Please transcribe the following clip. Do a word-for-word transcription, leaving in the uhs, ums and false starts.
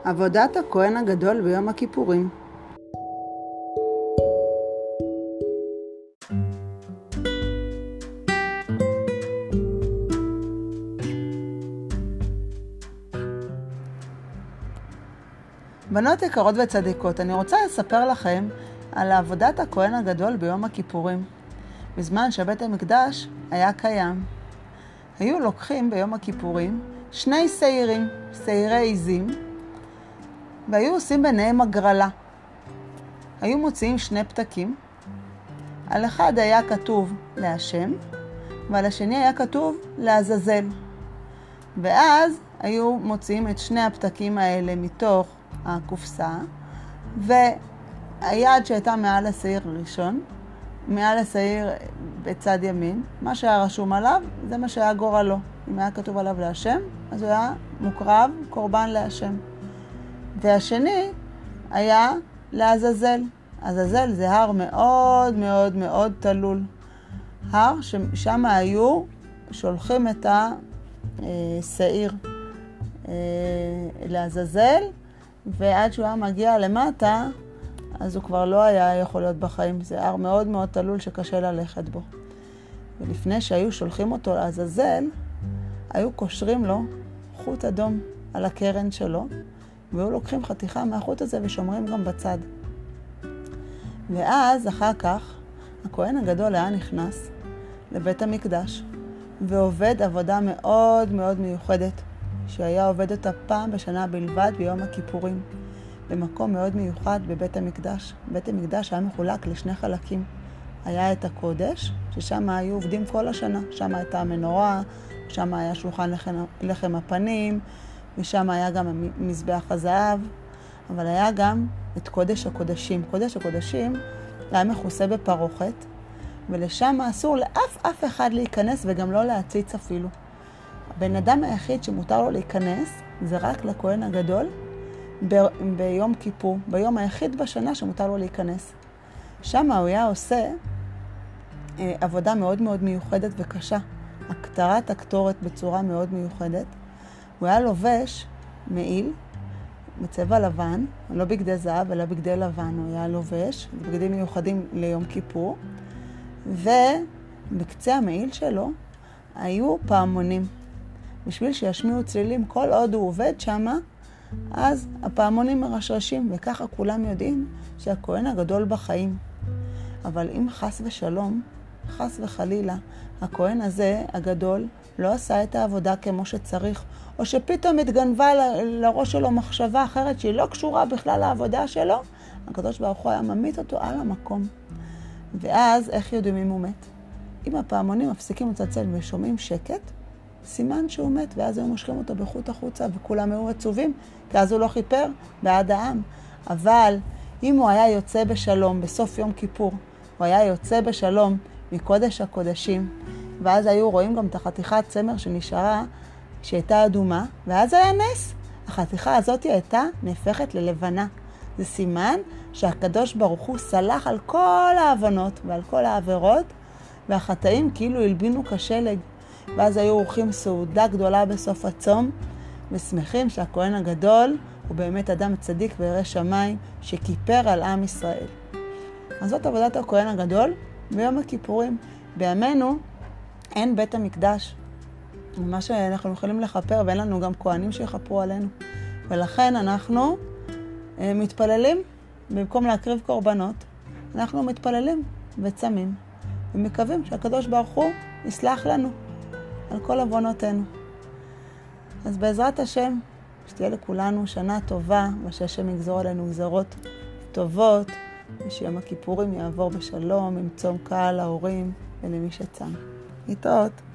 עבודת הכהן הגדול ביום הכיפורים. בנות יקרות וצדיקות, אני רוצה לספר לכם על עבודת הכהן הגדול ביום הכיפורים. בזמן שבית המקדש היה קיים, היו לוקחים ביום הכיפורים שני שעירים, שעירי עזים, והיו עושים ביניהם הגרלה. היו מוציאים שני פתקים, על אחד היה כתוב להשם, ועל השני היה כתוב לעזאזל. ואז היו מוציאים את שני הפתקים האלה מתוך הקופסה, והיד שהייתה מעל השעיר הראשון, מעל השעיר בצד ימין, מה שהיה רשום עליו, זה מה שהיה גורלו. אם היה כתוב עליו להשם, אז הוא היה מוקרב קורבן להשם. והשני היה לעזאזל. עזאזל זה הר מאוד מאוד מאוד תלול. הר ששם היו שולחים את השעיר לעזאזל, ועד שהוא היה מגיע למטה, אז הוא כבר לא היה יכול להיות בחיים. זה הר מאוד מאוד תלול שקשה ללכת בו. ולפני שהיו שולחים אותו לעזאזל, היו קושרים לו חוט אדום על הקרן שלו, והיו לוקחים חתיכה מהחוט הזה ושומרים גם בצד. ואז אחר כך הכהן הגדול היה נכנס לבית המקדש ועובד עבודה מאוד מאוד מיוחדת, שהיה עובד אותה פעם בשנה בלבד ביום הכיפורים, במקום מאוד מיוחד בבית המקדש. בית המקדש היה מחולק לשני חלקים. היה את הקודש, ששם היו עובדים כל השנה. שם הייתה המנורה, שם היה שולחן לחם, לחם הפנים, ושם היה גם מזבח הזהב, אבל היה גם את קודש הקודשים. קודש הקודשים היה מכוסה בפרוכת, ולשם אסור לאף אף אחד להיכנס וגם לא להציץ אפילו. הבן אדם היחיד שמותר לו להיכנס זה רק לכהן הגדול ב- ביום כיפור, ביום היחיד בשנה שמותר לו להיכנס. שם הוא היה עושה אה, עבודה מאוד מאוד מיוחדת וקשה, הקטרת הקטורת בצורה מאוד מיוחדת. הוא היה לובש מעיל בצבע לבן, לא בגדי זהב אלא בגדי לבן, הוא היה לובש בגדים מיוחדים ליום כיפור, ובקצה המעיל שלו היו פעמונים, בשביל שישמיעו צלילים כל עוד הוא עובד שמה, אז הפעמונים מרשרשים, וככה כולם יודעים שהכהן הגדול בחיים. אבל אם חס ושלום, חס וחלילה, הכהן הזה הגדול לא עשה את העבודה כמו שצריך, או שפתאום התגנבה לראש שלו מחשבה אחרת שהיא לא קשורה בכלל לעבודה שלו, הקדוש ברוך הוא היה ממית אותו על המקום. ואז איך יודעים אם הוא מת? אם הפעמונים מפסיקים לצלצל ושומעים שקט, סימן שהוא מת, ואז היו מושכים אותו בחוט החוצה, וכולם היו עצובים, כי אז הוא לא חיפר בעד העם. אבל אם הוא היה יוצא בשלום בסוף יום כיפור, הוא היה יוצא בשלום מקודש הקודשים, ואז היו רואים גם את החתיכת צמר שנשארה, שהייתה אדומה, ואז היה נס. החתיכה הזאת הייתה נהפכת ללבנה. זה סימן שהקדוש ברוך הוא סלח על כל העוונות ועל כל העבירות, והחטאים כאילו הלבינו כשלג. ואז היו עורכים סעודה גדולה בסוף הצום, ושמחים שהכהן הגדול הוא באמת אדם צדיק וירא שמיים שכיפר על עם ישראל. אז זאת עבודת הכהן הגדול ביום הכיפורים. בימינו אין בית המקדש, מה שאנחנו יכולים לחפר, ואין לנו גם כהנים שיחפרו עלינו. ולכן אנחנו אה, מתפללים, במקום להקריב קורבנות, אנחנו מתפללים וצמים, ומקווים שהקדוש ברוך הוא יסלח לנו על כל עוונותינו. אז בעזרת השם, שתהיה לכולנו שנה טובה, ושהשם יגזור עלינו גזרות טובות, ושיום הכיפורים יעבור בשלום, עם צום קל להורים ולמי שצם. להתראות.